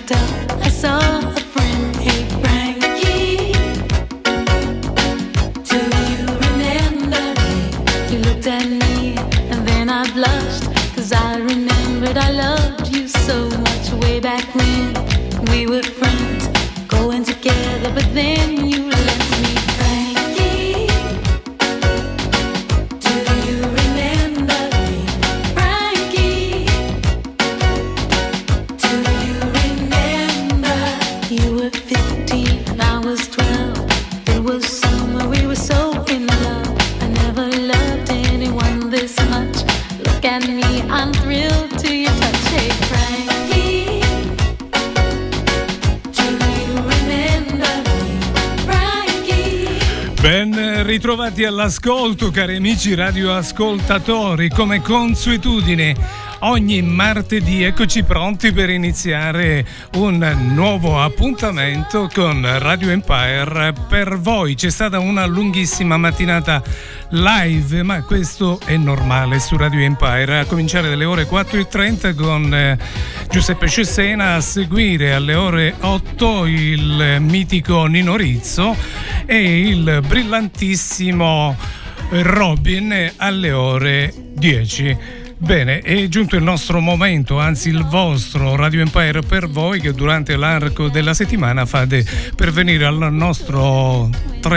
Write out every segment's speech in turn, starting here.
looked up, I saw a friend. Hey Frankie, do you remember me? You looked at me and then I blushed, 'cause I remembered I loved you so much way back when. We were friends, going together, but then you left me. Frankie, do you remember me? Frankie, do you remember? You were 15 and I was 12. It was summer, we were so in love. I never loved anyone this much. Look at me, I'm thrilled to your touch. Hey Frankie, do you remember me? Frankie. Ben ritrovati all'ascolto, cari amici radioascoltatori. Come consuetudine, ogni martedì eccoci pronti per iniziare un nuovo appuntamento con Radio Empire per voi. C'è stata una lunghissima mattinata live, ma questo è normale su Radio Empire, a cominciare dalle ore 4:30 con Giuseppe Cesena, a seguire alle ore 8 il mitico Nino Rizzo e il brillantissimo Robin alle ore 10. Bene, è giunto il nostro momento, anzi il vostro Radio Empire per voi, che durante l'arco della settimana fate pervenire al nostro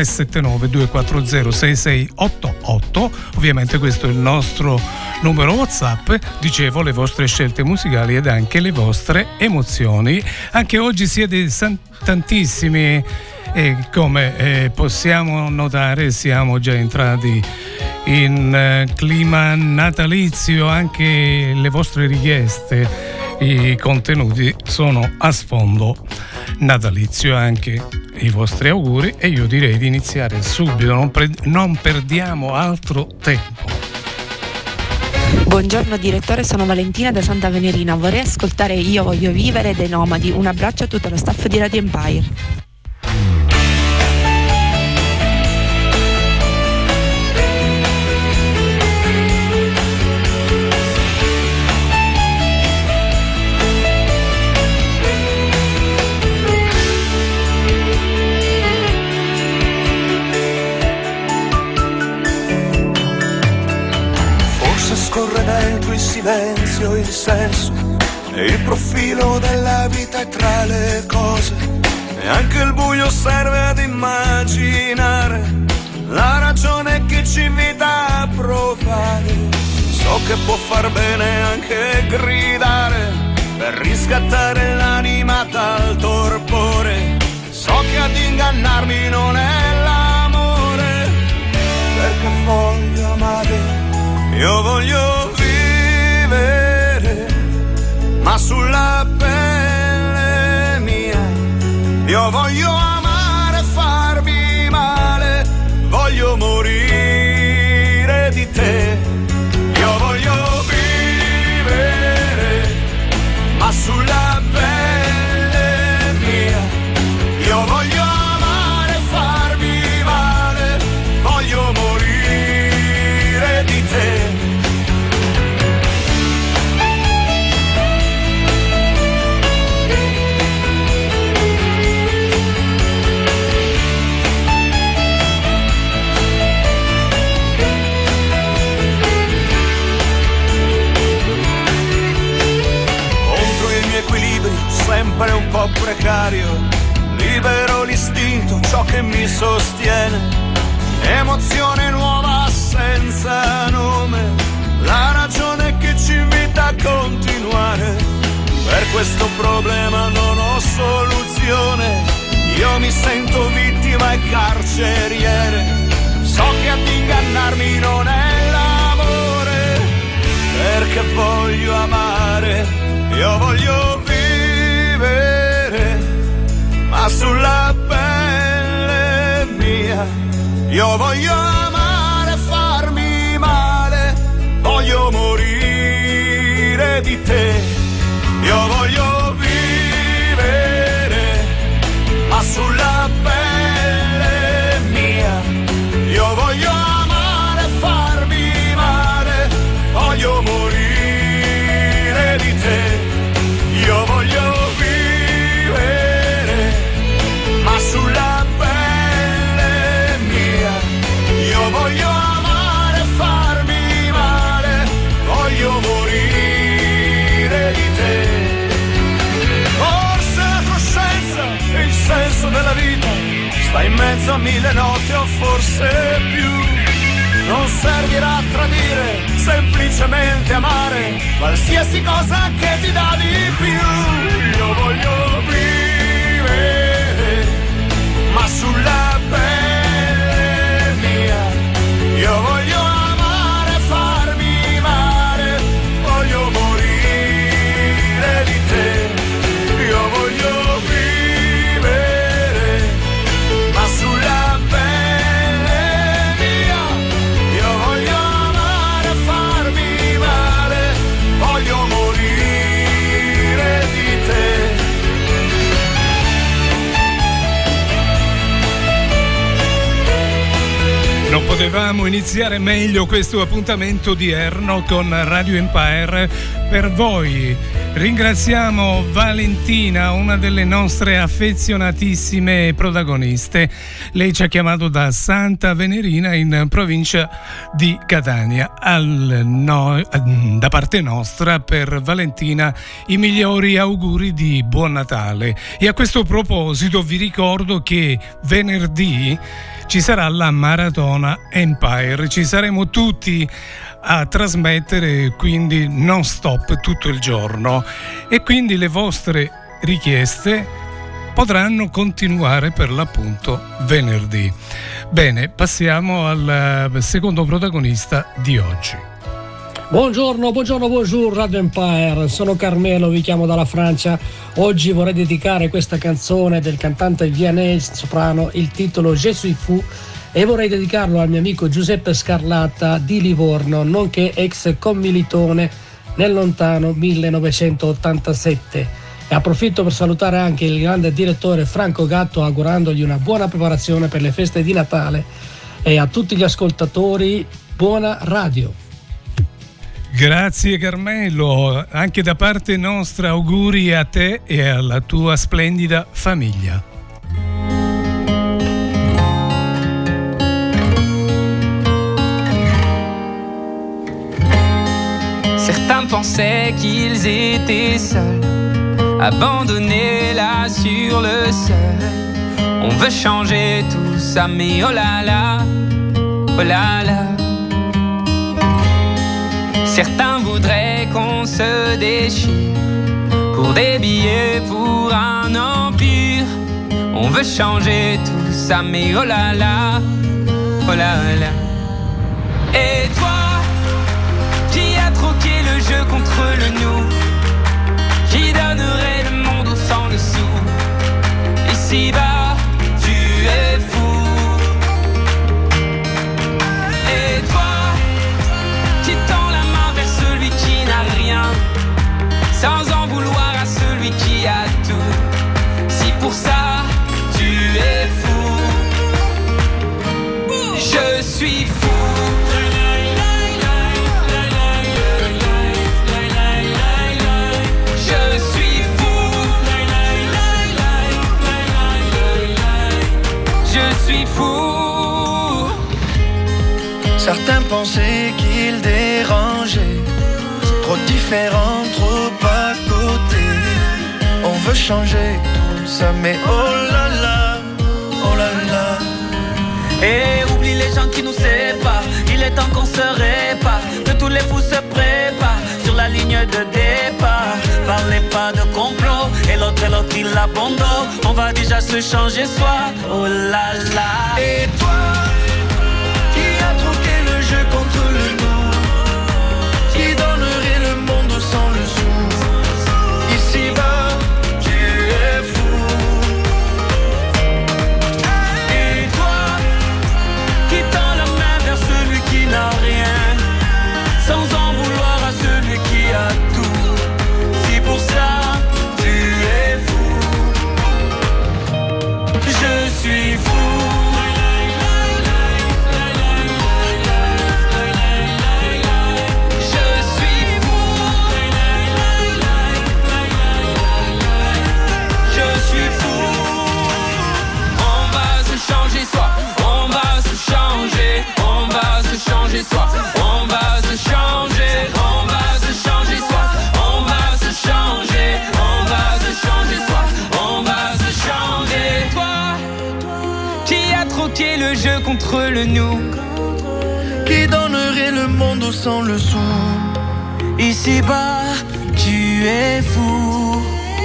379-240-6688. Ovviamente questo è il nostro numero WhatsApp. Dicevo, le vostre scelte musicali ed anche le vostre emozioni. Anche oggi siete tantissimi e come possiamo notare siamo già entrati in clima natalizio. Anche le vostre richieste, i contenuti sono a sfondo natalizio, anche i vostri auguri, e io direi di iniziare subito, non perdiamo altro tempo. Buongiorno direttore, sono Valentina da Santa Venerina, vorrei ascoltare Io voglio vivere dei Nomadi. Un abbraccio a tutto lo staff di Radio Empire. Scorre dentro il silenzio, il senso e il profilo della vita è tra le cose, e anche il buio serve ad immaginare la ragione che ci invita a provare. So che può far bene anche gridare per riscattare l'anima dal torpore. So che ad ingannarmi non è l'amore, perché voglio amare. Io voglio vivere, ma sulla pelle mia. Io voglio amare e farmi male. Voglio morire di te. Io voglio vivere, ma sulla pelle mia. Io voglio amare e farmi male. Voglio morire di te. Sempre un po' precario, libero l'istinto, ciò che mi sostiene, emozione nuova senza nome, la ragione che ci invita a continuare. Per questo problema non ho soluzione, io mi sento vittima e carceriere. So che ad ingannarmi non è l'amore, perché voglio amare. Io voglio vivere, ma sulla pelle mia. Io voglio amare e farmi male. Voglio morire di te. Io voglio vivere, ma sulla pelle mia. Io voglio amare e farmi male. Voglio morire di te. Io voglio vivere, voglio amare e farmi male, voglio morire di te. Forse la coscienza e il senso della vita sta in mezzo a 1000 notti o forse più. Non servirà tradire, semplicemente amare qualsiasi cosa che ti dà di più. Io voglio vivere, ma sulla pelle mia. Io voglio amare, farmi male, voglio morire di te. Io voglio vivere, ma sulla pelle mia. Io voglio amare, farmi male, voglio morire di te. Non potevamo iniziare meglio questo appuntamento odierno con Radio Empire per voi. Ringraziamo Valentina, una delle nostre affezionatissime protagoniste. Lei ci ha chiamato da Santa Venerina in provincia di Catania. Da parte nostra, per Valentina, i migliori auguri di Buon Natale. E a questo proposito vi ricordo che venerdì ci sarà la Maratona Empire. Ci saremo tutti a trasmettere, quindi non stop tutto il giorno, e quindi le vostre richieste potranno continuare per l'appunto venerdì. Bene, passiamo al secondo protagonista di oggi. Buongiorno Radio Empire, sono Carmelo, vi chiamo dalla Francia. Oggi vorrei dedicare questa canzone del cantante Vianney soprano, il titolo Je suis fou, e vorrei dedicarlo al mio amico Giuseppe Scarlatta di Livorno, nonché ex commilitone nel lontano 1987. E approfitto per salutare anche il grande direttore Franco Gatto, augurandogli una buona preparazione per le feste di Natale, e a tutti gli ascoltatori buona radio. Grazie Carmelo, anche da parte nostra auguri a te e alla tua splendida famiglia. Certains pensaient qu'ils étaient seuls, abandonnés là sur le seuil. On veut changer tout ça, mais oh là là, oh là là. Certains voudraient qu'on se déchire pour des billets, pour un empire. On veut changer tout ça, mais oh là là, oh là là. Et toi, qui a troqué le jeu contre le nous, qui donnerait le monde au sang le sou. Ici-bas, tu es fou. Et toi, qui tend la main vers celui qui n'a rien, sans en vouloir à celui qui a tout. Si pour ça, tu es fou, je suis fou. Certains pensaient qu'ils dérangeaient, trop différents, trop à côté. On veut changer tout ça, mais oh là là, oh là là. Et oublie les gens qui nous séparent, il est temps qu'on se répare, que tous les fous se préparent sur la ligne de départ. Parlez pas de complot, et l'autre il abandonne. On va déjà se changer soi, oh là là. Et toi, qui a troqué le jeu contre le nous, qui donnerait le monde sans le sou. Ici-bas, tu es fou. Et toi, qui tend la main vers celui qui n'a rien, sans en vouloir à celui qui a tout. Si pour ça, tu es fou, je suis fou. contre le nous. Qui donnerait le monde sans le sou? Ici-bas, tu es fou.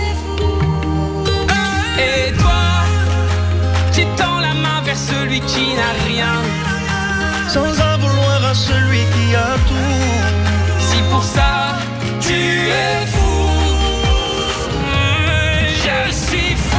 Et toi, tu tends la main vers celui qui n'a rien, sans en vouloir à celui qui a tout. Si pour ça, tu es fou. Je suis fou.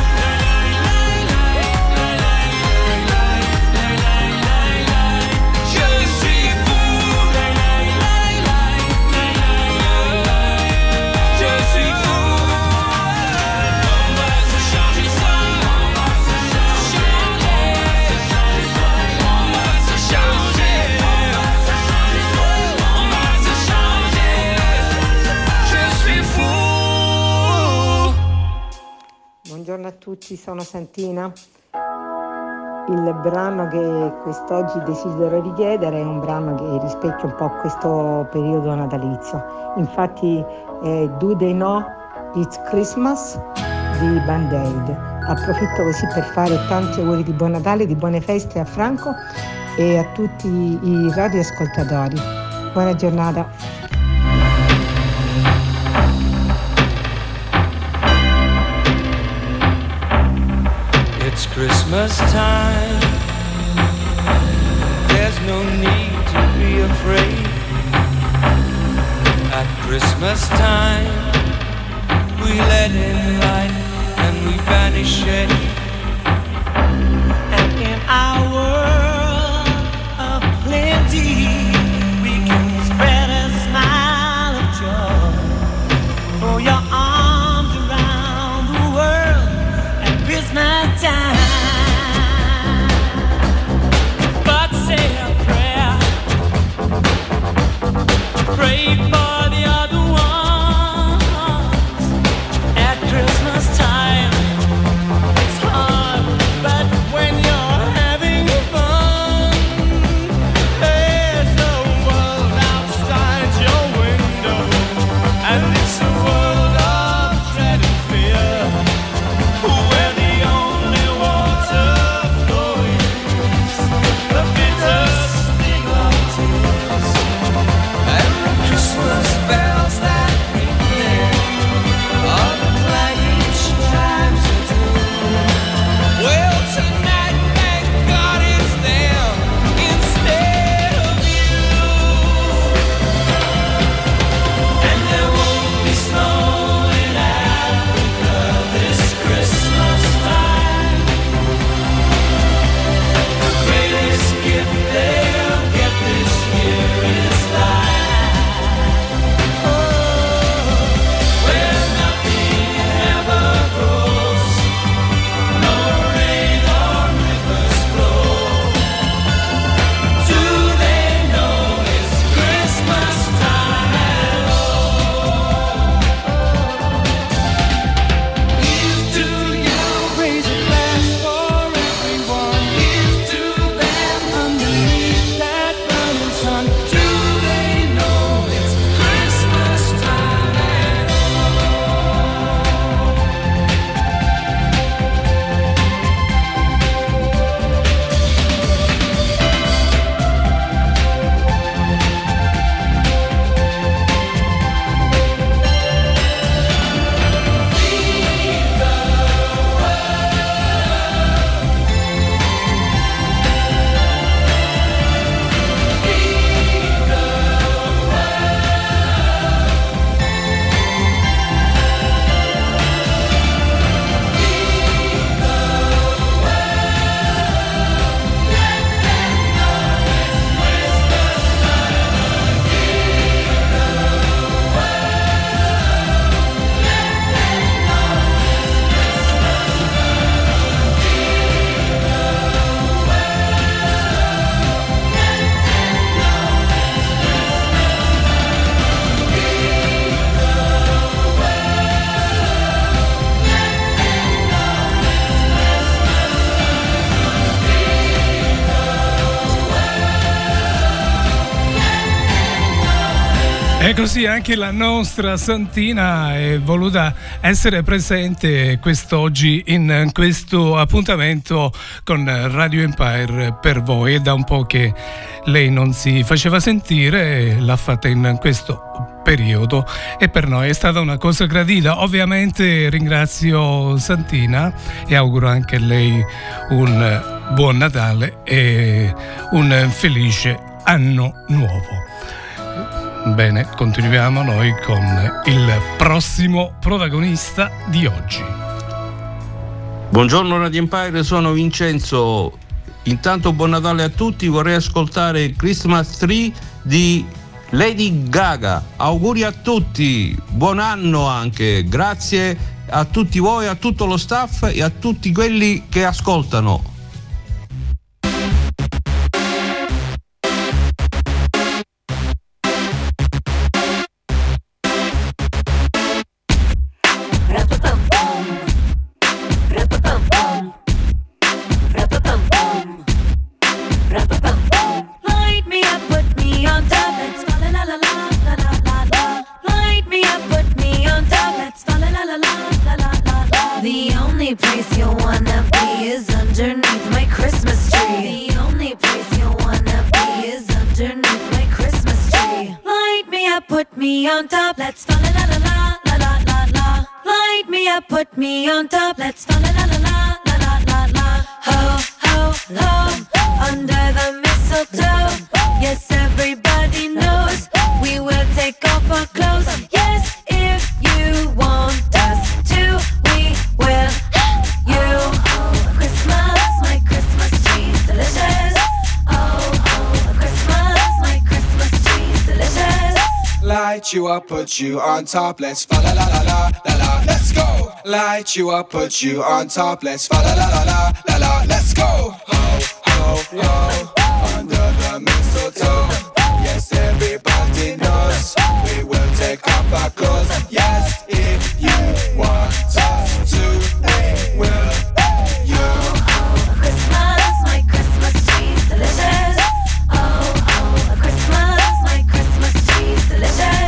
Buongiorno a tutti, sono Santina. Il brano che quest'oggi desidero richiedere è un brano che rispecchia un po' questo periodo natalizio. Infatti è Do They Know It's Christmas di Band Aid. Approfitto così per fare tanti auguri di buon Natale, di buone feste a Franco e a tutti i radioascoltatori. Buona giornata. It's Christmas time. There's no need to be afraid. At Christmas time, we let in light and we banish shade. And in our world of plenty, we can spread a smile of joy. For your arms around the world at Christmas time. But say a prayer, pray for the other ones. At Christmas time, it's hard, but when you're having E così anche la nostra Santina è voluta essere presente quest'oggi in questo appuntamento con Radio Empire per voi. È da un po' che lei non si faceva sentire, l'ha fatta in questo periodo e per noi è stata una cosa gradita. Ovviamente ringrazio Santina e auguro anche a lei un buon Natale e un felice anno nuovo. Bene, continuiamo noi con il prossimo protagonista di oggi. Buongiorno Radio Empire, sono Vincenzo. Intanto buon Natale a tutti, vorrei ascoltare Christmas Tree di Lady Gaga. Auguri a tutti, buon anno anche, grazie a tutti voi, a tutto lo staff e a tutti quelli che ascoltano. You up, put you on top, let's fa la la la la la la, let's go. Light you up, put you on top, let's fa la la la la la la, let's go. Ho, ho, ho, under the mistletoe. Yes, everybody knows we will take off our clothes. Yes, if you want us to, we will. You. Oh, Christmas, my Christmas tree's delicious. Oh, Christmas, my Christmas tree's delicious.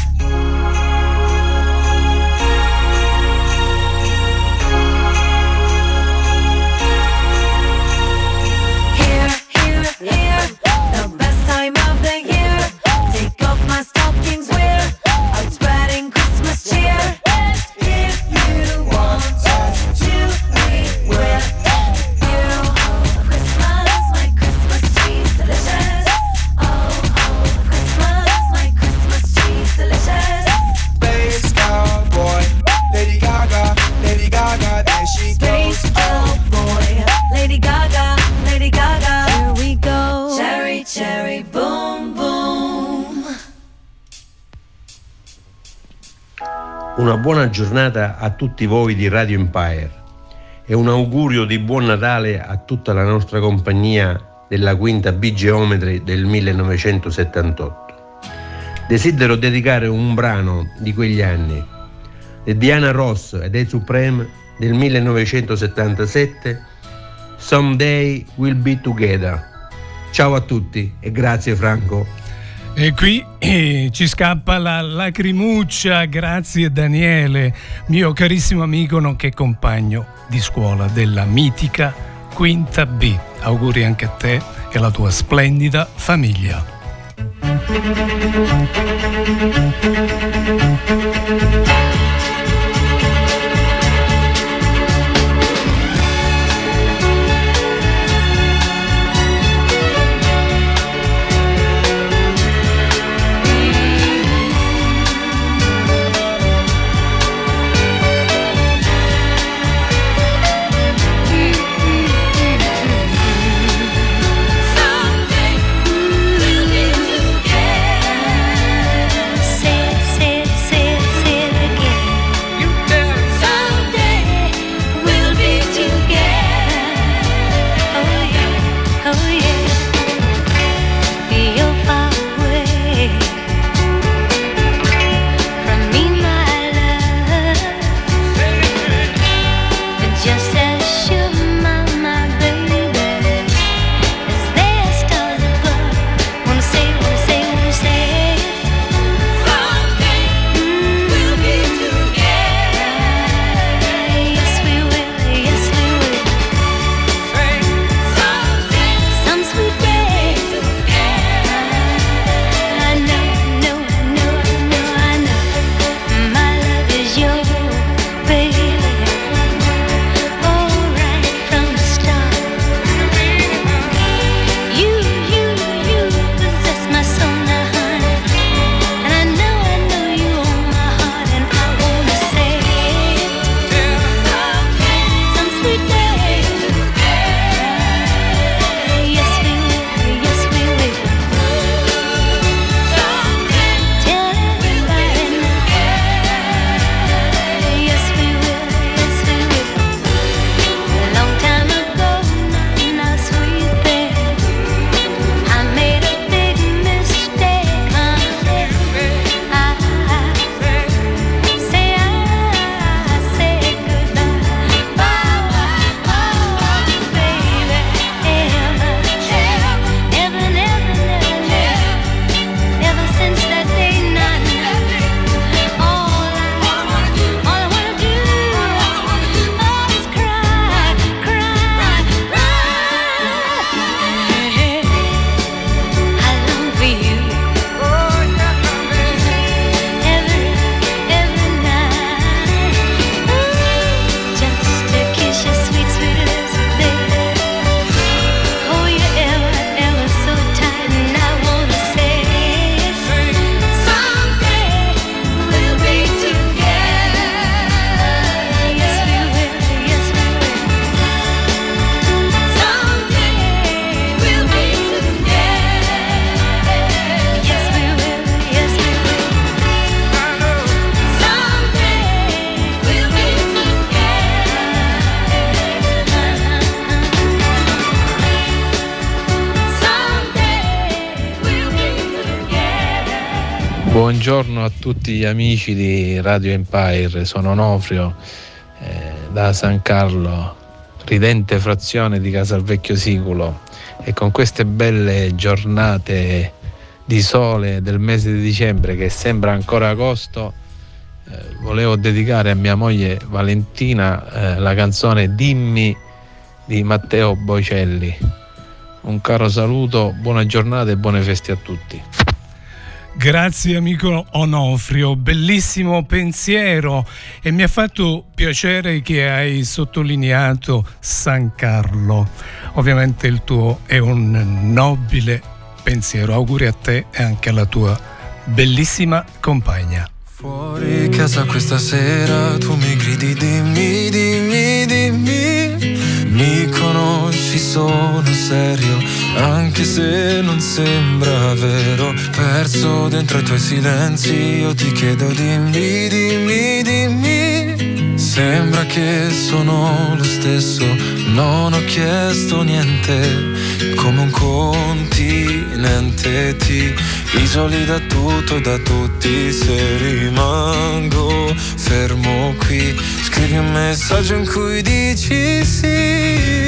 Una buona giornata a tutti voi di Radio Empire e un augurio di buon Natale a tutta la nostra compagnia della quinta B Geometry del 1978. Desidero dedicare un brano di quegli anni, di Diana Ross ed The Supreme del 1977, Someday We'll Be Together. Ciao a tutti e grazie Franco. E qui ci scappa la lacrimuccia, grazie Daniele, mio carissimo amico nonché compagno di scuola della mitica Quinta B. Auguri anche a te e alla tua splendida famiglia. Say it again. Buongiorno a tutti gli amici di Radio Empire, sono Onofrio da San Carlo, ridente frazione di Casalvecchio Siculo, e con queste belle giornate di sole del mese di dicembre che sembra ancora agosto, volevo dedicare a mia moglie Valentina la canzone Dimmi di Matteo Bocelli. Un caro saluto, buona giornata e buone feste a tutti. Grazie amico Onofrio, bellissimo pensiero, e mi ha fatto piacere che hai sottolineato San Carlo. Ovviamente il tuo è un nobile pensiero. Auguri a te e anche alla tua bellissima compagna. Fuori casa questa sera tu mi gridi dimmi, dimmi, dimmi. Mi conosci, sono serio, anche se non sembra vero. Perso dentro i tuoi silenzi, io ti chiedo dimmi, dimmi, dimmi. Sembra che sono lo stesso, non ho chiesto niente. Come un continente ti isoli da tutto e da tutti. Se rimango fermo qui, scrivi un messaggio in cui dici sì.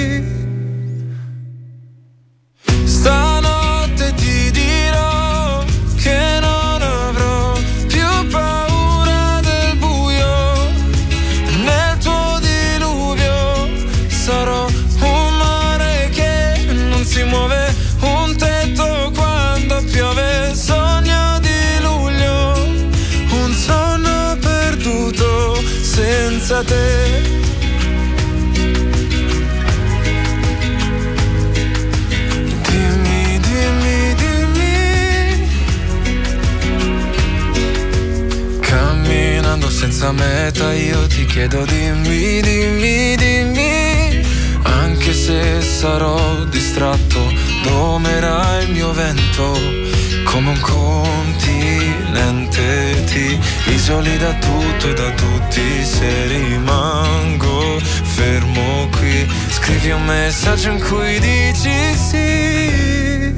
Stanotte ti dirò che non avrò più paura del buio. Nel tuo diluvio sarò un mare che non si muove, un tetto quando piove. Sogno di luglio, un sonno perduto senza te. Senza meta io ti chiedo dimmi, dimmi, dimmi. Anche se sarò distratto, domerà il mio vento. Come un continente ti isoli da tutto e da tutti. Se rimango fermo qui, scrivi un messaggio in cui dici sì.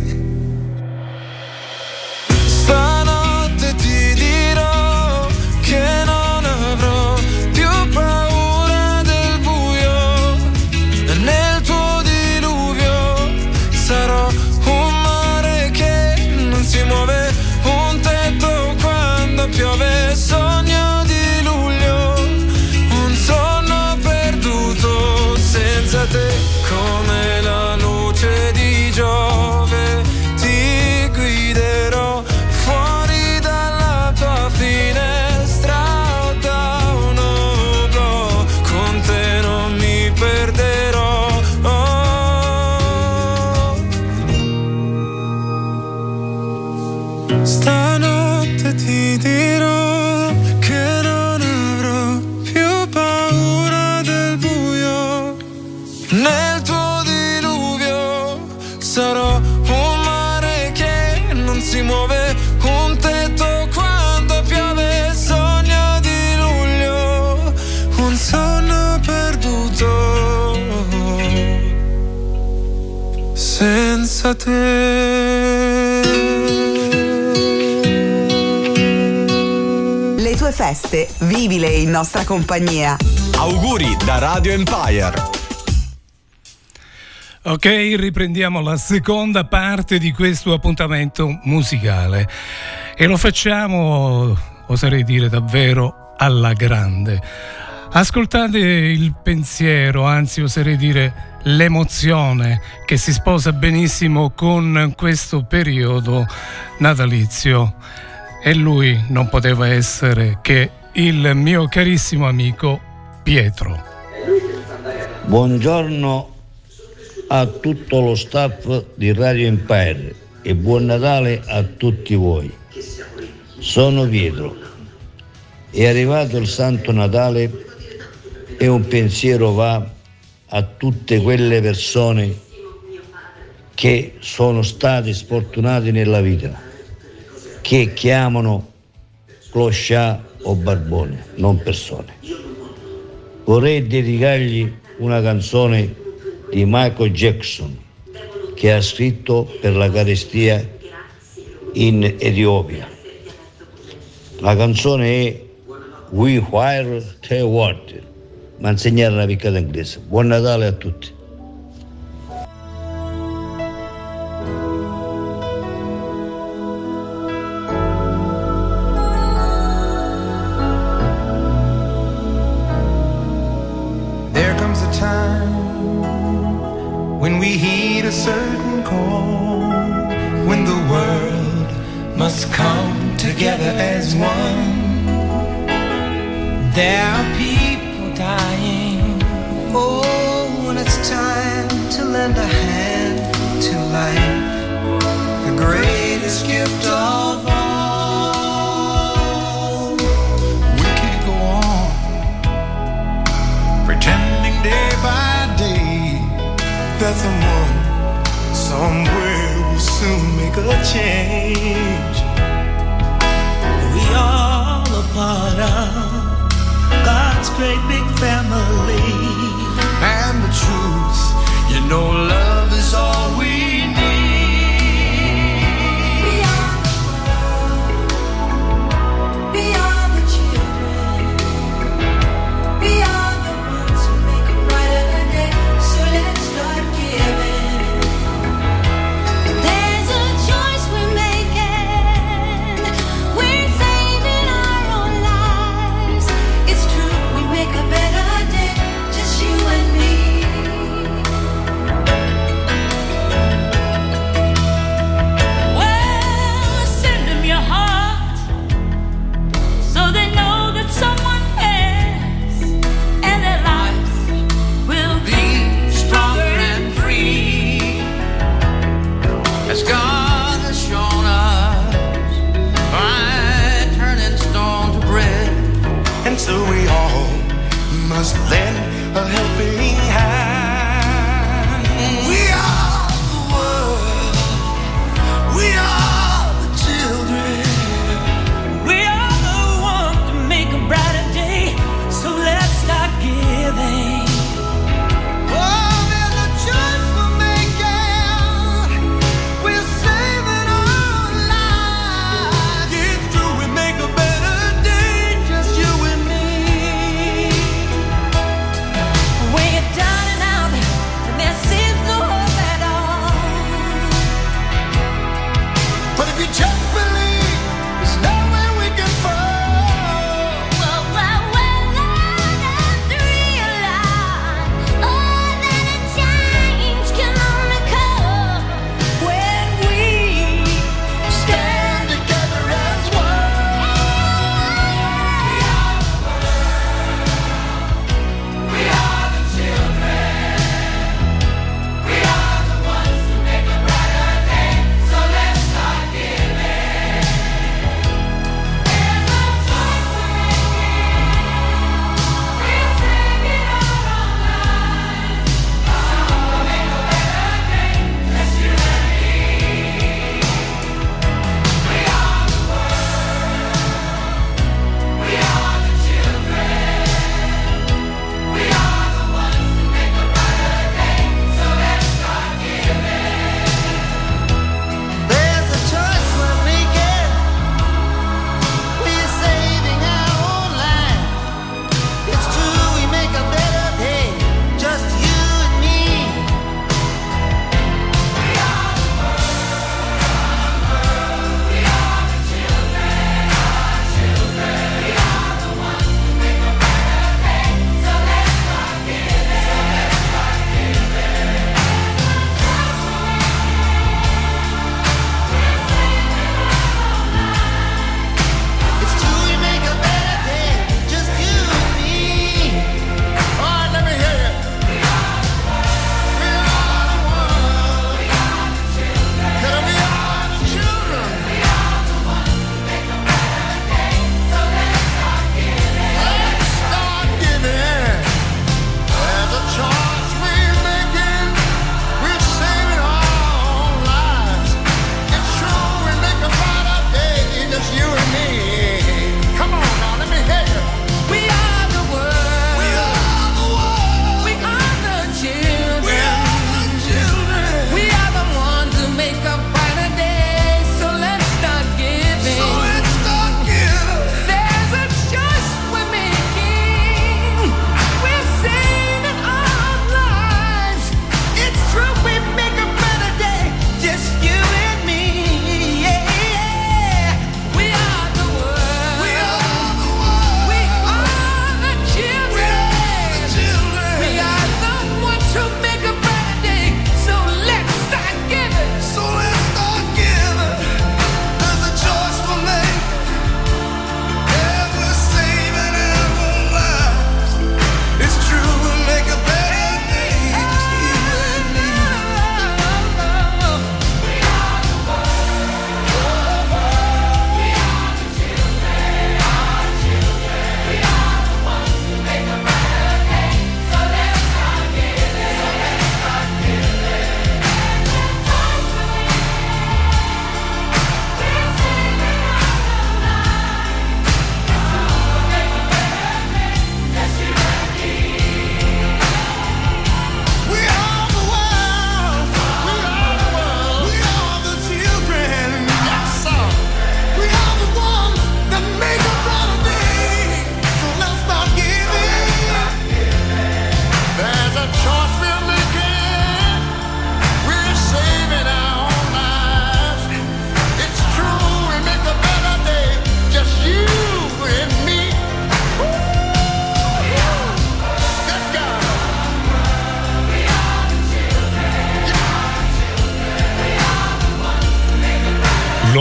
Stanotte ti dirò che non avrò più paura del buio. Nel tuo diluvio sarò un mare che non si muove, un tetto quando piove. Sogno di luglio, un sonno perduto senza te. Come la luce di Giove ti guiderò fuori dalla tua finestra o da un oblò. Con te non mi perderò. Stanotte ti dirò che non avrò più paura del buio. Nel tuo diluvio sarò un mare che non si muove, un tetto quando piove. Sogno di luglio, un sonno perduto senza te. Le tue feste, vivile in nostra compagnia. Auguri da Radio Empire. Ok, riprendiamo la seconda parte di questo appuntamento musicale e lo facciamo, oserei dire, davvero alla grande. Ascoltate il pensiero, anzi oserei dire l'emozione che si sposa benissimo con questo periodo natalizio, e lui non poteva essere che il mio carissimo amico Pietro. Buongiorno a tutto lo staff di Radio Empire e buon Natale a tutti voi. Sono Pietro. È arrivato il Santo Natale e un pensiero va a tutte quelle persone che sono state sfortunate nella vita, che chiamano clochard o barbone, non persone. Vorrei dedicargli una canzone di Michael Jackson che ha scritto per la carestia in Etiopia. La canzone è We Fire the World, ma insegnare una piccata inglese. Buon Natale a tutti. There comes a time when we heed a certain call, when the world must come together as one. There are people dying. Oh, when it's time to lend a hand to life, the greatest gift of all. We can't go on pretending day by day that someone somewhere will soon make a change. We all a part of God's great big family. And the truth, you know, love is all we need. We are the children. We are the ones who make a brighter day. So let's start giving. There's a choice we're making. We're saving our own lives. It's true, we make a better day, just you and me.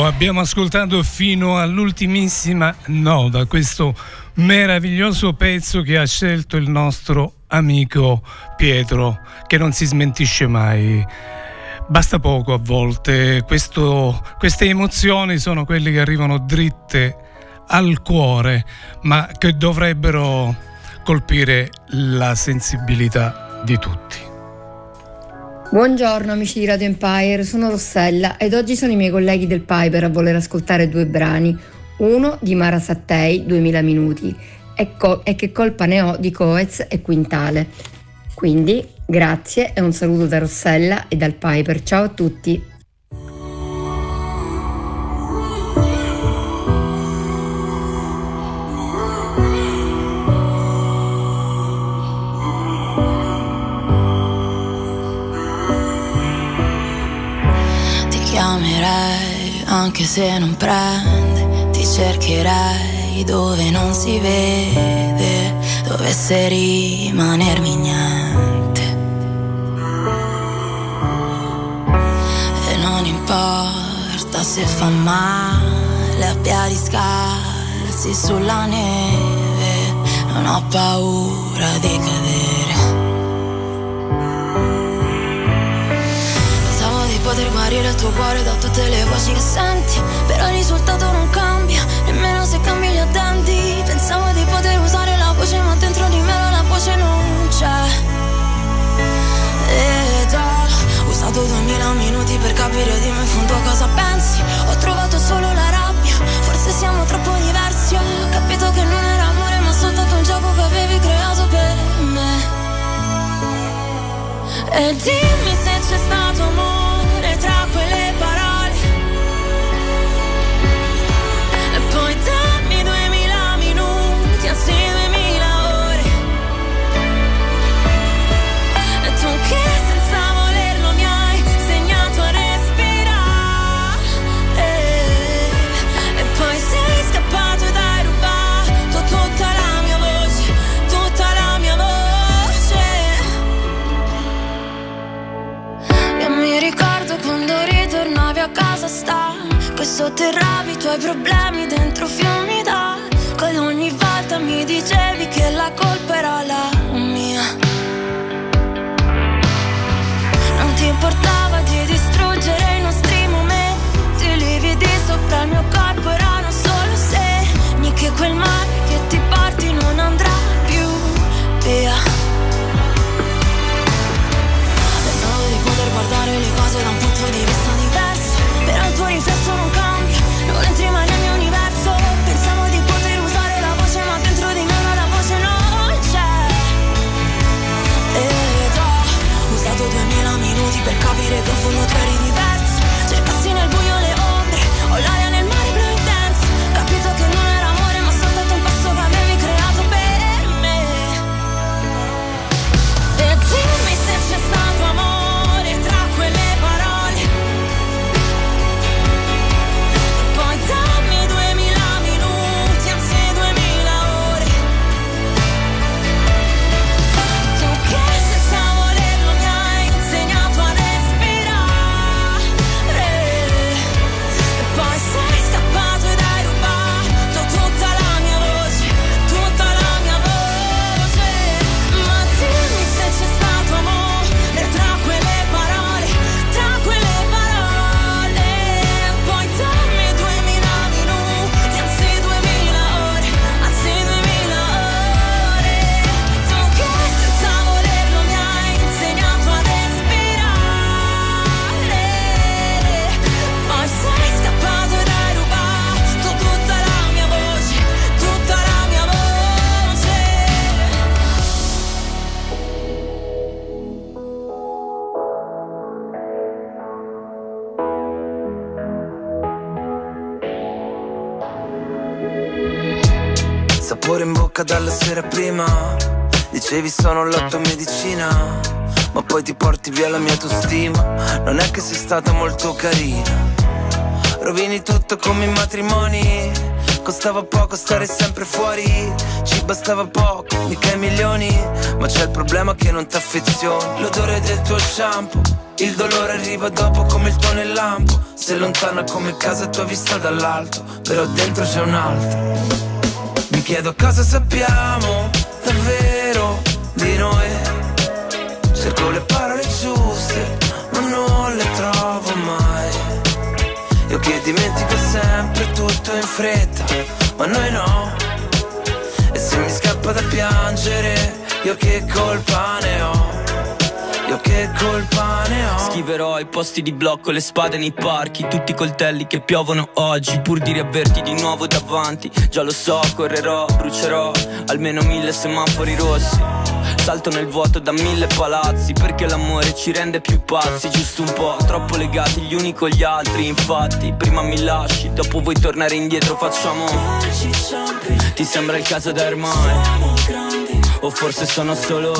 Lo abbiamo ascoltato fino all'ultimissima nota, questo meraviglioso pezzo che ha scelto il nostro amico Pietro, che non si smentisce mai. Basta poco a volte, queste emozioni sono quelle che arrivano dritte al cuore, ma che dovrebbero colpire la sensibilità di tutti. Buongiorno amici di Radio Empire, sono Rossella ed oggi sono i miei colleghi del Piper a voler ascoltare due brani, uno di Mara Sattei, 2000 minuti, e Che colpa ne ho di Coez e Quintale. Quindi grazie e un saluto da Rossella e dal Piper, ciao a tutti. Chiamerei anche se non prende, ti cercherei dove non si vede, dovesse rimanermi niente. E non importa se fa male a piedi scarsi sulla neve, non ho paura di cadere. Poter guarire il tuo cuore da tutte le voci che senti, però il risultato non cambia, nemmeno se cambi gli addenti. Pensavo di poter usare la voce, ma dentro di me la voce non c'è. Ed ho usato 2000 minuti per capire di me in fondo cosa pensi. Ho trovato solo la rabbia, forse siamo troppo diversi. Ho capito che non era amore, ma soltanto un gioco che avevi creato per me. E dimmi se c'è stato amore tra quelle parole, e poi dammi 2000 minuti, anzi 2000 ore. E tu che senza volerlo mi hai insegnato a respirare, e poi sei scappato ed hai rubato tutta la mia voce, tutta la mia voce. Io mi ricordo quando ritornavi a casa stanco e sotterravi i tuoi problemi dentro fiumi d'acqua, e ogni volta mi dicevi che la colpa era la mia. Non ti importava di distruggere i nostri momenti, i lividi sopra il mio corpo erano solo segni che quel mare che ti porti non andrà più via. Guardare le cose da un punto di vista diverso, però il tuo riflesso non cambia, non entri mai nel mio universo. Pensavo di poter usare la voce, ma dentro di me la voce non c'è. Ed ho usato 2000 minuti per capire che in fondo tu eri diverso. Cercassi nel buio le ombre, o l'aria nel mare blu intenso. Capito che non era amore, ma soltanto un passo che avevi creato per me. E dimmi se c'è stato amore tra quelle parole, e poi dammi 2000 minuti, anzi 2000 ore. Tu che senza volerlo mi hai insegnato a respirare, e poi sei scappato ed hai rubato tutta la mia voce, tutta la mia voce. Ma dimmi se c'è stato amore tra quelle parole, tra quelle parole, poi dammi 2000 minuti, anzi 2000 ore, anzi 2000 ore. Tu che senza volerlo mi hai insegnato a respirare, poi sei scappato ed hai rubato tutta la mia voce, tutta la mia voce. Sapore in bocca dalla sera prima, dicevi sono la tua medicina, ma poi ti porti via la mia autostima. Non è che sei stata molto carina, rovini tutto come i matrimoni, costava poco stare sempre fuori. Ci bastava poco, mica i milioni, ma c'è il problema che non t'affezioni. L'odore del tuo shampoo, il dolore arriva dopo come il tuo nel lampo. Sei lontana come casa tua vista dall'alto, però dentro c'è un altro. Mi chiedo cosa sappiamo davvero di noi. Cerco le parole giuste, ma non le trovo mai. Io che dimentico sempre tutto in fretta, ma noi no. E se mi scappa da piangere, io che colpa ne ho? Io che colpa ne ho? Schiverò i posti di blocco, le spade nei parchi, tutti i coltelli che piovono oggi, pur di riaverti di nuovo davanti. Già lo so, correrò, brucerò almeno 1000 semafori rossi. Salto nel vuoto da 1000 palazzi, perché l'amore ci rende più pazzi. Giusto un po', troppo legati gli uni con gli altri. Infatti, prima mi lasci, dopo vuoi tornare indietro, facciamo. Ti sembra il caso da ormai? O forse sono solo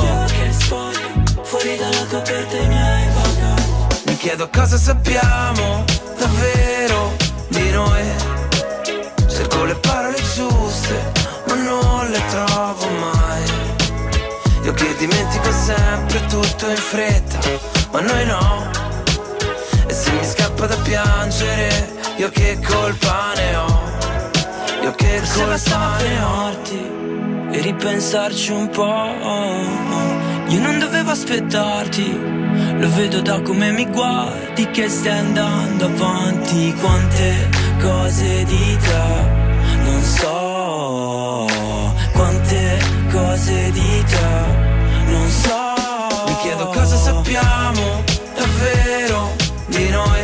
fuori dalla coperta i miei bagagli. Mi chiedo cosa sappiamo davvero di noi. Cerco le parole giuste, ma non le trovo mai. Io che dimentico sempre tutto in fretta, ma noi no. E se mi scappa da piangere, io che colpa ne ho? Io che colpa ne ho? E ripensarci un po'. Io non dovevo aspettarti, lo vedo da come mi guardi che stai andando avanti. Quante cose di te non so, quante cose di te non so. Mi chiedo cosa sappiamo davvero di noi.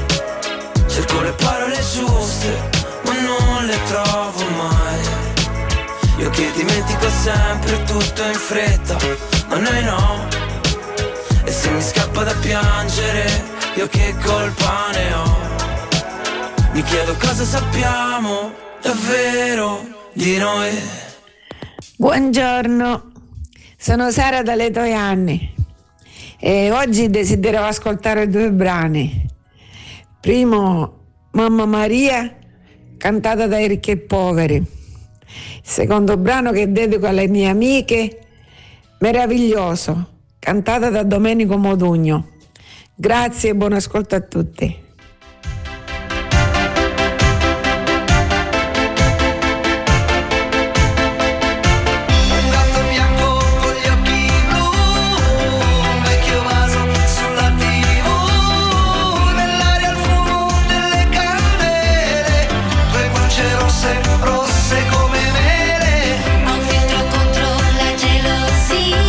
Cerco le parole giuste, ma non le trovo mai. Io che dimentico sempre tutto in fretta, ma noi no. E se mi scappa da piangere, io che colpa ne ho? Mi chiedo cosa sappiamo davvero di noi. Buongiorno, sono Sara dalle Toianni e oggi desideravo ascoltare 2 brani. Primo, Mamma Maria, cantata dai Ricchi e Poveri. Secondo brano che dedico alle mie amiche, Meraviglioso, cantata da Domenico Modugno. Grazie e buon ascolto a tutti.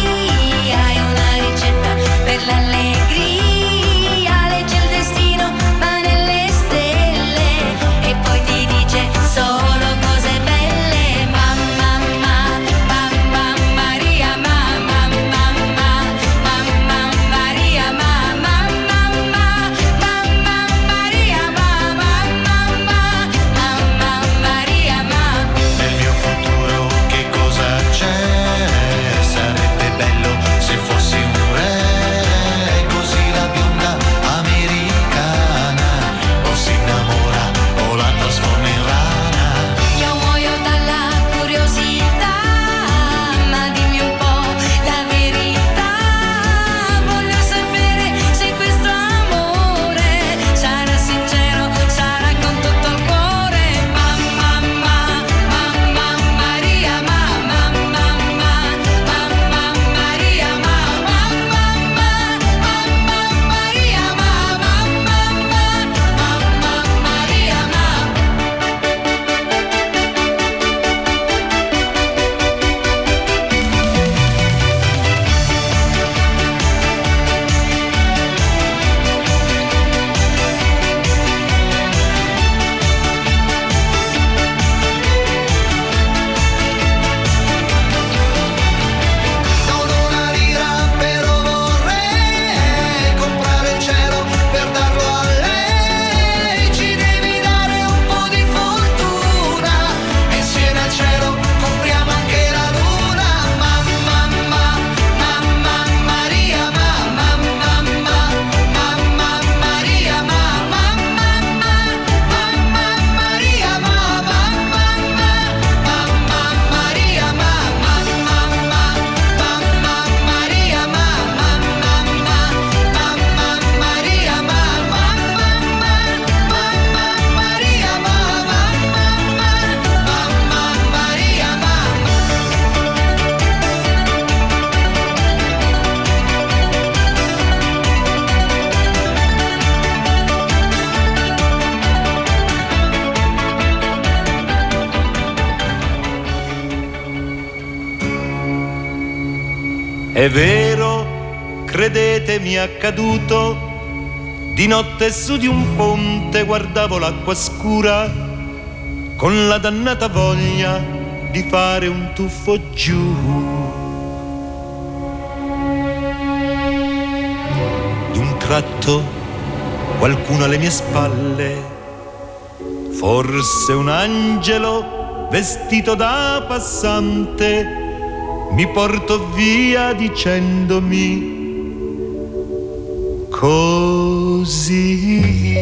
Allegria, legge il destino È vero, credetemi, è accaduto. Di notte su di un ponte guardavo l'acqua scura con la dannata voglia di fare un tuffo giù. Di un tratto qualcuno alle mie spalle, forse un angelo vestito da passante, mi portò via dicendomi così.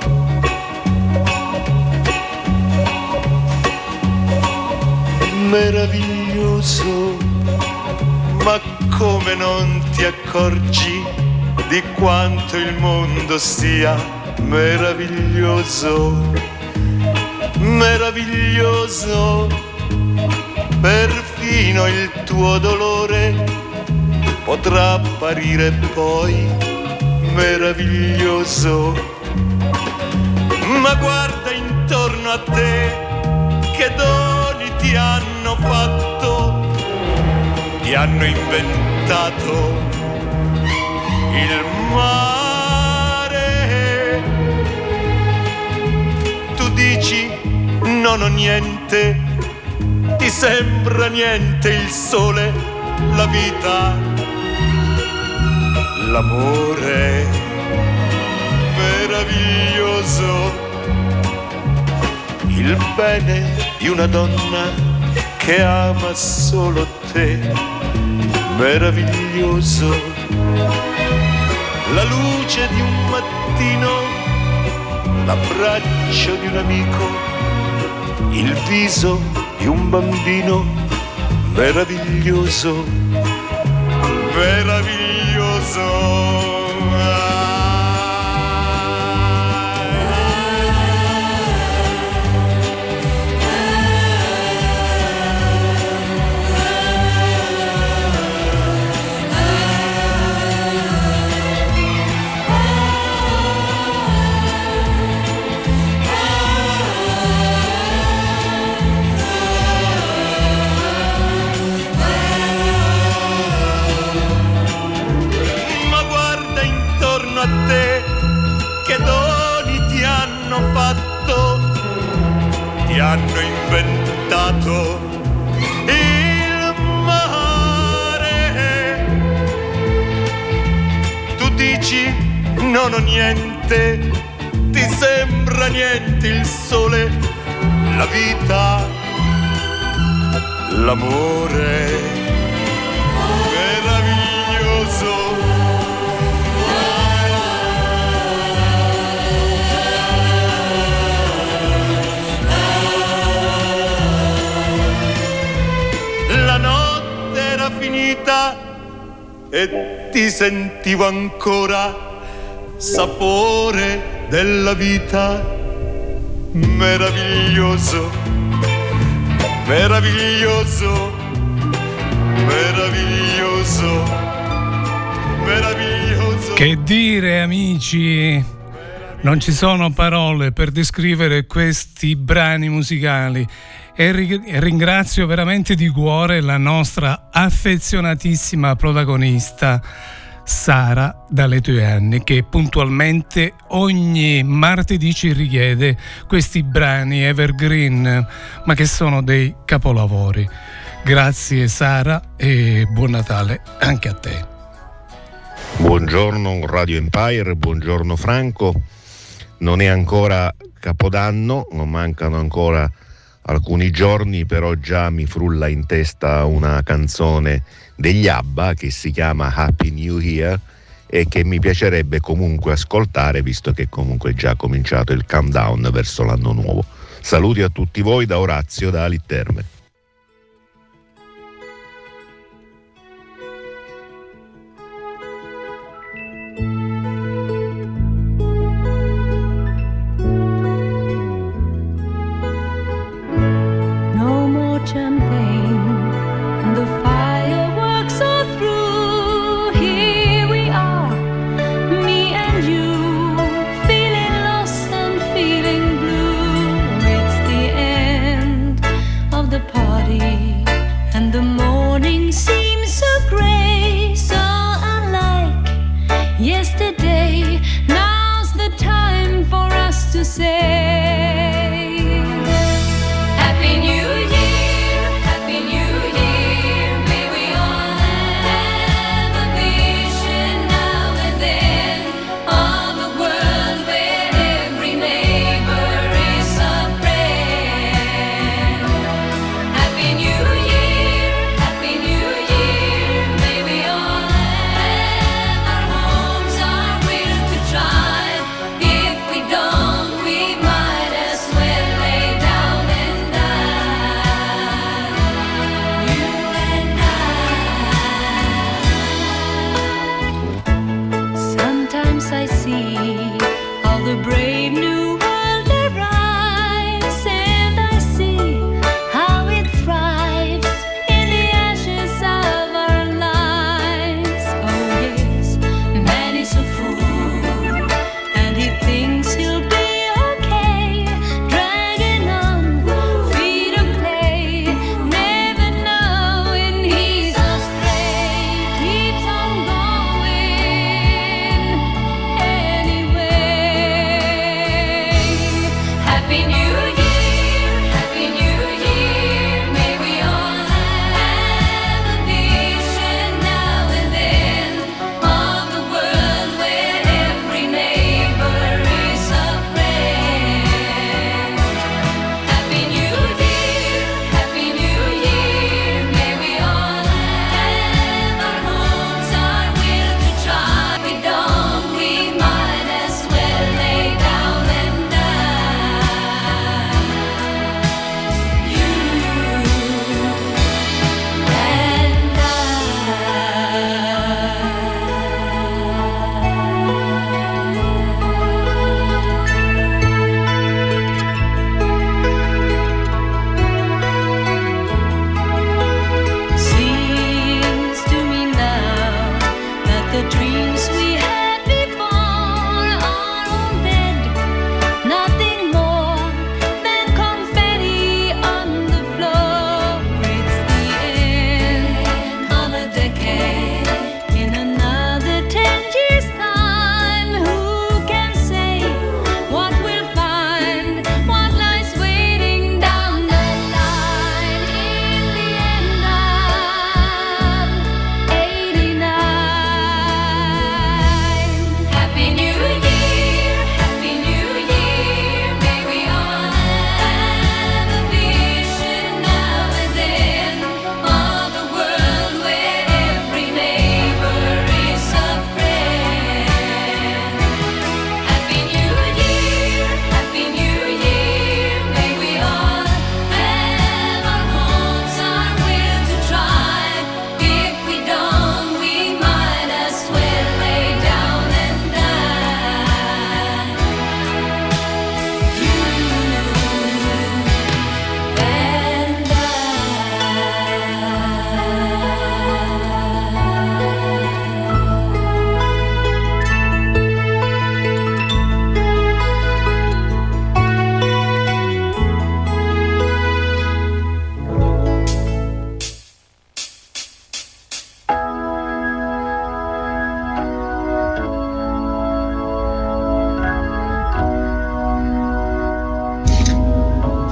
Meraviglioso, ma come non ti accorgi di quanto il mondo sia meraviglioso, meraviglioso, perfino il tuo dolore potrà apparire poi meraviglioso. Ma guarda intorno a te, che doni ti hanno fatto, ti hanno inventato il mare. Tu dici non ho niente, ti sembra niente il sole, la vita, l'amore meraviglioso, il bene di una donna che ama solo te, meraviglioso, la luce di un mattino, l'abbraccio di un amico, il viso di un bambino, meraviglioso, meraviglioso. Ti hanno inventato il mare. Tu dici non ho niente, ti sembra niente il sole, la vita, l'amore meraviglioso. Finita e ti sentivo ancora sapore della vita, meraviglioso, meraviglioso, meraviglioso, meraviglioso. Che dire, amici? Non ci sono parole per descrivere questi brani musicali. E ringrazio veramente di cuore la nostra affezionatissima protagonista Sara dalle tue anni, che puntualmente ogni martedì ci richiede questi brani evergreen, ma che sono dei capolavori. Grazie Sara e buon Natale anche a te. Buongiorno Radio Empire, buongiorno Franco. Non è ancora Capodanno, non mancano ancora alcuni giorni, però già mi frulla in testa una canzone degli ABBA che si chiama Happy New Year e che mi piacerebbe comunque ascoltare, visto che comunque è già cominciato il countdown verso l'anno nuovo. Saluti a tutti voi da Orazio da Alitterme. Champagne and the fireworks are through. Here we are, me and you, feeling lost and feeling blue. It's the end of the party.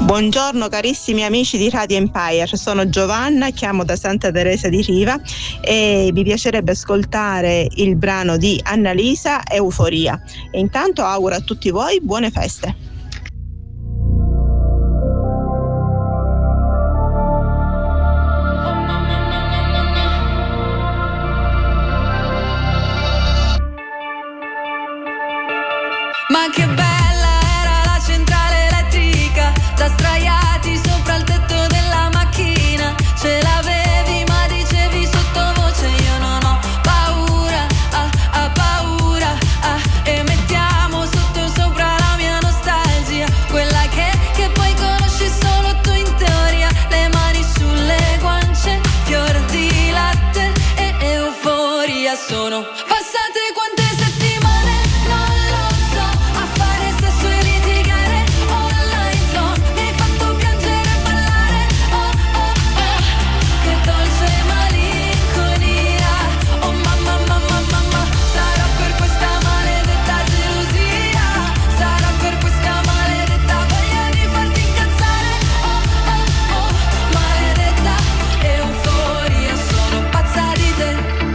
Buongiorno carissimi amici di Radio Empire, sono Giovanna, chiamo da Santa Teresa di Riva e mi piacerebbe ascoltare il brano di Annalisa, Euforia. E intanto auguro a tutti voi buone feste. Ma che bella era la centrale elettrica, da sdraiati sopra il tetto della macchina. Ce l'avevi ma dicevi sottovoce io non ho paura, paura, e mettiamo sotto sopra la mia nostalgia, quella che poi conosci solo tu in teoria. Le mani sulle guance, fior di latte e euforia. Sono passate quante settimane, non lo so, a fare sesso e litigare online zone. Mi hai fatto piangere e ballare, oh oh oh, che dolce malinconia. Oh mamma, mamma, mamma, sarà per questa maledetta gelosia, sarà per questa maledetta voglia di farti incazzare, oh oh oh, maledetta euforia. Sono pazza di te,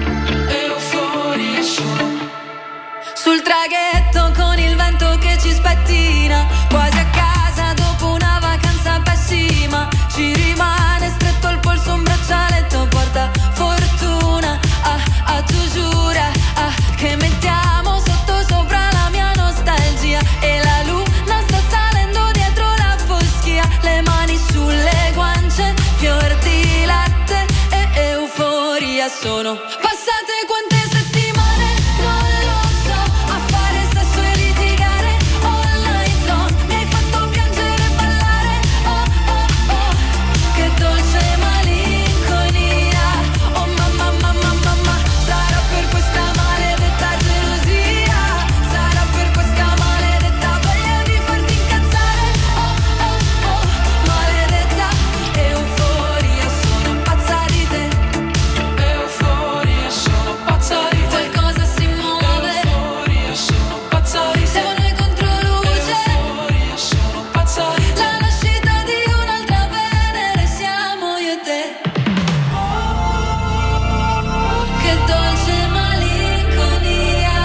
euforia sono. Sul traghetto con il vento che ci spettina, quasi a casa dopo una vacanza pessima. Ci rimane stretto al polso un braccialetto porta fortuna, tu giura, che mettiamo sotto sopra la mia nostalgia. E la luna sta salendo dietro la foschia. Le mani sulle guance, fior di latte e euforia. Sono passate quante settimane, non lo so, a fare sesso e litigare online zone. Mi hai fatto piangere e ballare, oh oh oh, che dolce malinconia. Oh mamma, mamma, mamma, sarà per questa maledetta gelosia, sarà per questa maledetta voglia di farti incazzare, oh oh oh, maledetta euforia. Sono pazza di te, euforia, sono pazza di te. Qualcosa si muove, euforia, sono pazza di te. Siamo noi contro luce, euforia, sono pazza di te. La nascita di un'altra Venere siamo io e te. Che dolce malinconia,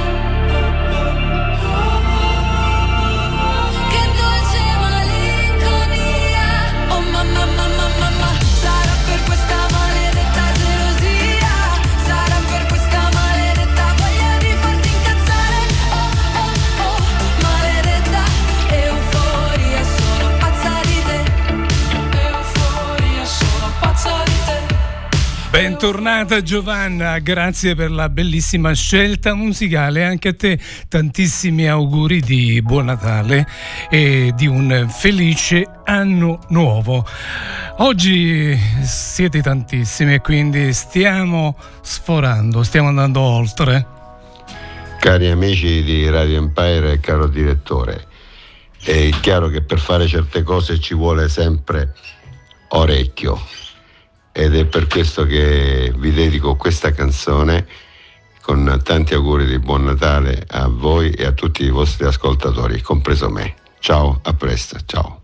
che dolce malinconia. Oh mamma, mamma, mamma, sarà per questa maledetta gelosia, sarà per questa maledetta voglia di farti incazzare, oh oh oh, maledetta euforia. Sono pazza di te, euforia, sono pazza di te. Bentornata Giovanna, grazie per la bellissima scelta musicale. Anche a te tantissimi auguri di buon Natale e di un felice anno nuovo. Oggi siete tantissimi e quindi stiamo sforando, stiamo andando oltre. Cari amici di Radio Empire e caro direttore, è chiaro che per fare certe cose ci vuole sempre orecchio ed è per questo che vi dedico questa canzone con tanti auguri di buon Natale a voi e a tutti i vostri ascoltatori, compreso me. Ciao, a presto, ciao.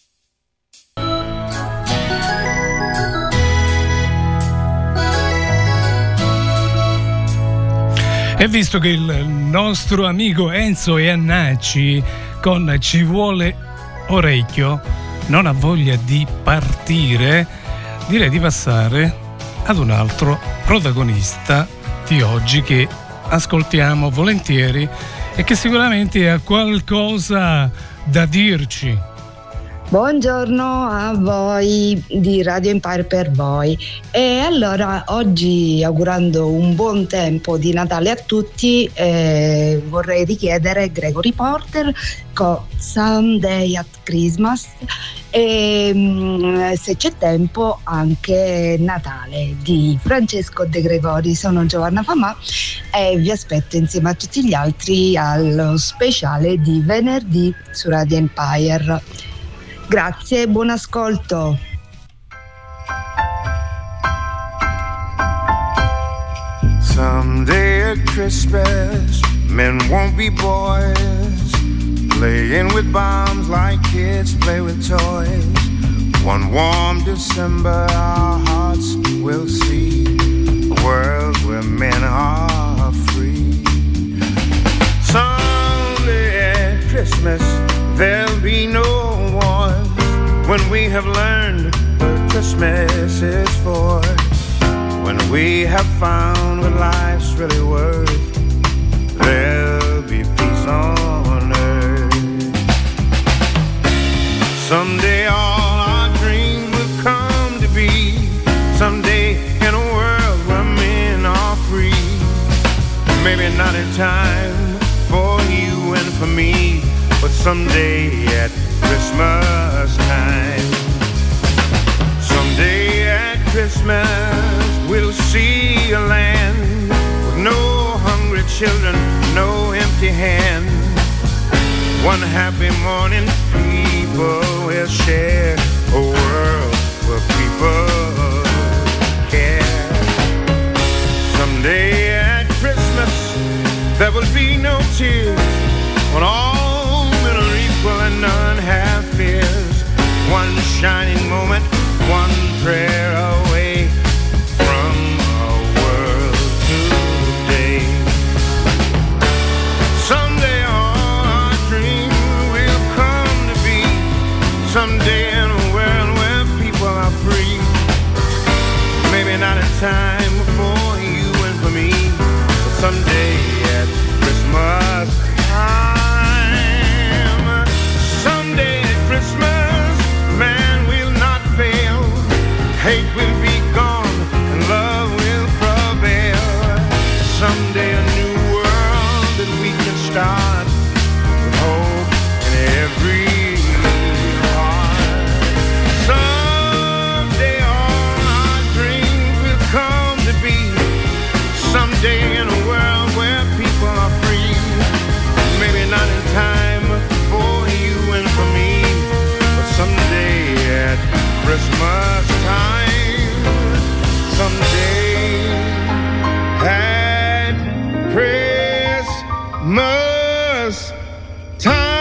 E visto che il nostro amico Enzo Iannacci con Ci vuole orecchio non ha voglia di partire, direi di passare ad un altro protagonista di oggi che ascoltiamo volentieri e che sicuramente ha qualcosa da dirci. Buongiorno a voi di Radio Empire per voi. E allora oggi, augurando un buon tempo di Natale a tutti, vorrei richiedere Gregory Porter con Someday at Christmas e se c'è tempo anche Natale di Francesco De Gregori. Sono Giovanna Famà e vi aspetto insieme a tutti gli altri allo speciale di venerdì su Radio Empire. Grazie e buon ascolto. Someday at Christmas, men won't be boys, playing with bombs arms like kids play with toys. One warm December our hearts will see a world where men are free. Someday at Christmas there'll be no wars, when we have learned what Christmas is for. When we have found what life's really worth, there'll be peace on earth. Someday all our dreams will come to be. Someday in a world where men are free. Maybe not in time for you and for me, but someday at Christmas time. Someday at Christmas we'll see a land with no hungry children, no empty hands. One happy morning people will share a world where people care. Someday at Christmas there will be no tears, when all men are equal and none have fears. One shining moment, one prayer away from a world today. Someday all our dreams will come to be. Someday in a world where people are free. Maybe not in time for you and for me, but someday at Christmas time. Someday at Christmas man will not fail. Hate will be gone and love will prevail. Someday a new world that we can start with hope in every heart. Someday all our dreams will come to be. Someday in a world where people are free. Maybe not in time for you and for me, but someday at Christmas time. Someday at Christmas time.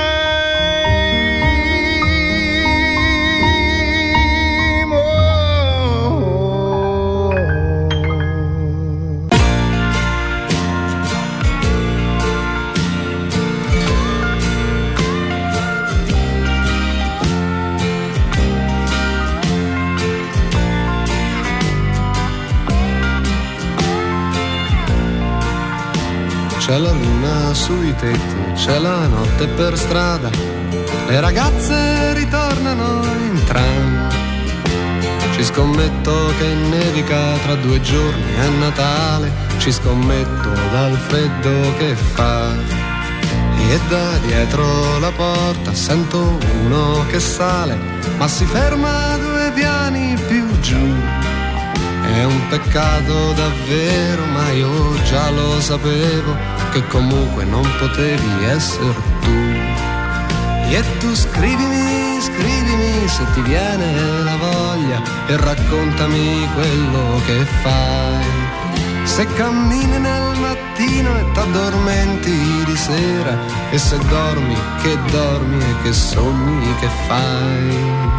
C'è la luna sui tetti, c'è la notte per strada, le ragazze ritornano in tram. Ci scommetto che nevica tra 2 giorni, è Natale, ci scommetto dal freddo che fa. E da dietro la porta sento uno che sale, ma si ferma 2 piani più giù. È un peccato davvero, ma io già lo sapevo, che comunque non potevi essere tu. E tu scrivimi, scrivimi se ti viene la voglia, e raccontami quello che fai. Se cammini nel mattino e t'addormenti di sera, e se dormi e che sogni che fai.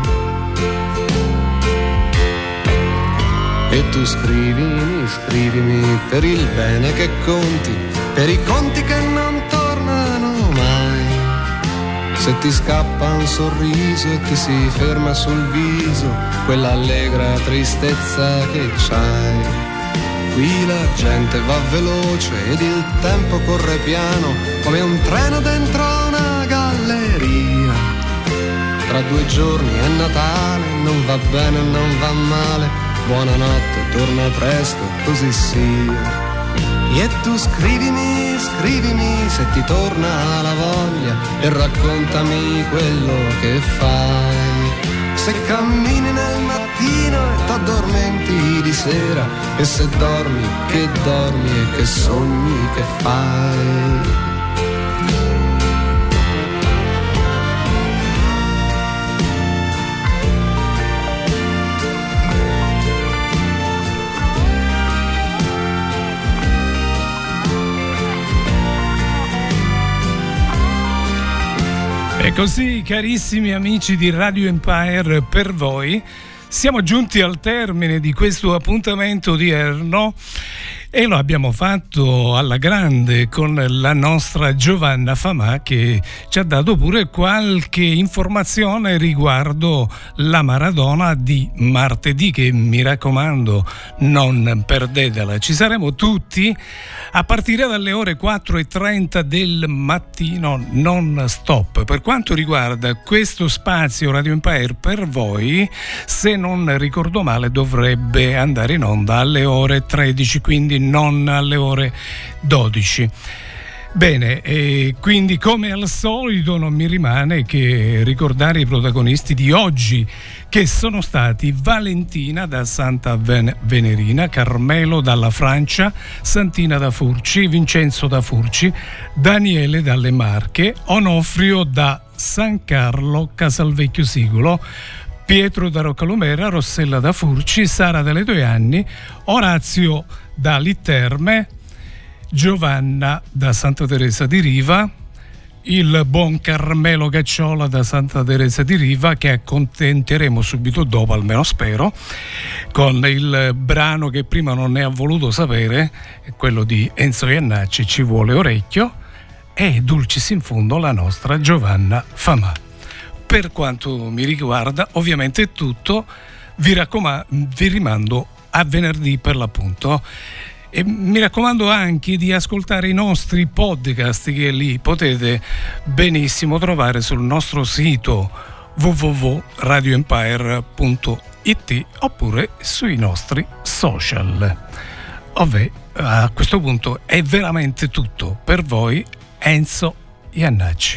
E tu scrivimi, scrivimi per il bene che conti, per i conti che non tornano mai. Se ti scappa un sorriso e ti si ferma sul viso quella allegra tristezza che c'hai. Qui la gente va veloce ed il tempo corre piano, come un treno dentro una galleria. Tra 2 giorni è Natale, non va bene, non va male. Buonanotte, torna presto, così sia. E tu scrivimi, scrivimi se ti torna la voglia, e raccontami quello che fai. Se cammini nel mattino e t'addormenti di sera, e se dormi e che sogni che fai. E così, carissimi amici di Radio Empire, per voi siamo giunti al termine di questo appuntamento odierno e lo abbiamo fatto alla grande con la nostra Giovanna Famà, che ci ha dato pure qualche informazione riguardo la Maradona di martedì, che mi raccomando non perdetela. Ci saremo tutti a partire dalle ore 4:30 del mattino non stop. Per quanto riguarda questo spazio Radio Empire per voi, se non ricordo male dovrebbe andare in onda alle ore 13, quindi non alle ore 12. Bene, e quindi come al solito non mi rimane che ricordare i protagonisti di oggi, che sono stati Valentina da Santa Venerina, Carmelo dalla Francia, Santina da Furci, Vincenzo da Furci, Daniele dalle Marche, Onofrio da San Carlo, Casalvecchio Siculo, Pietro da Roccalumera, Rossella da Furci, Sara dalle Toianni, Orazio da Litterme, Giovanna da Santa Teresa di Riva, il buon Carmelo Gacciola da Santa Teresa di Riva, che accontenteremo subito dopo, almeno spero, con il brano che prima non ne ha voluto sapere, quello di Enzo Iannacci, Ci vuole orecchio, e dulcis in fondo la nostra Giovanna Famà. Per quanto mi riguarda, ovviamente è tutto. Vi rimando a venerdì per l'appunto. E mi raccomando anche di ascoltare i nostri podcast, che li potete benissimo trovare sul nostro sito www.radioempire.it oppure sui nostri social. Ovvero, a questo punto è veramente tutto per voi, Enzo Iannacci.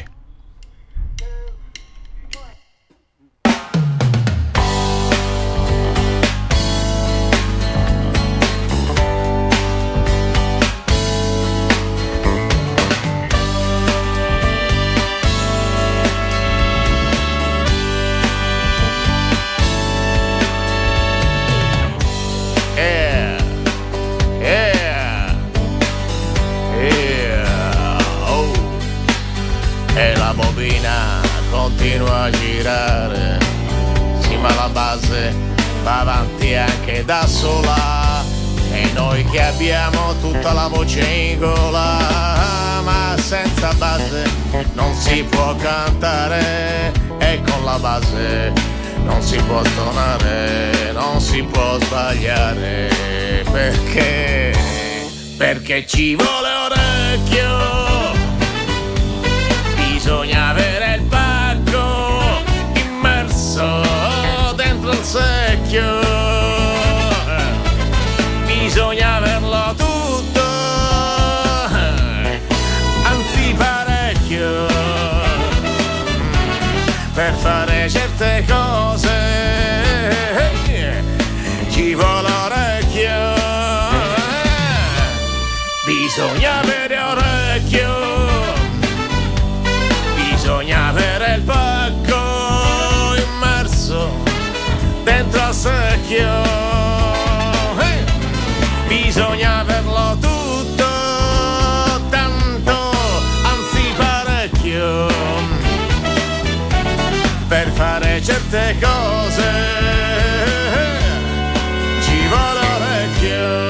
Continua a girare, sì, ma la base va avanti anche da sola, e noi che abbiamo tutta la voce in gola, ma senza base non si può cantare, e con la base non si può suonare, non si può sbagliare, perché ci vuole orecchio, bisogna avere il pacco immerso dentro il secchio, bisogna averlo tutto, anzi parecchio, per fare certe cose ci vuole orecchio, bisogna avere orecchio, bisogna avere il pacco immerso dentro al secchio, bisogna averlo tutto, tanto, anzi parecchio, per fare certe cose ci vuole orecchio,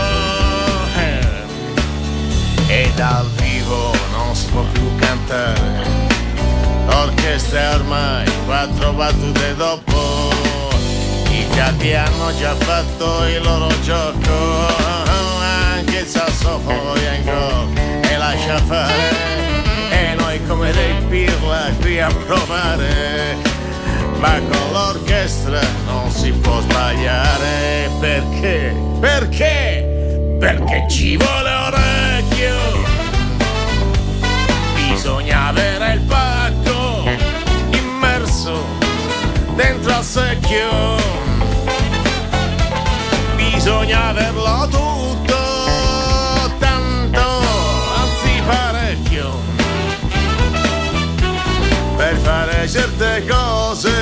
e dal vivo non si può più cantare, l'orchestra è ormai 4 battute dopo, i fiati hanno già fatto il loro gioco, anche il sassofono è in gol e lascia fare, e noi come dei pirla qui a provare, ma con l'orchestra non si può sbagliare, perché ci vuole orecchio, bisogna avere il pacco immerso dentro al secchio, bisogna averlo tutto, tanto, anzi parecchio, per fare certe cose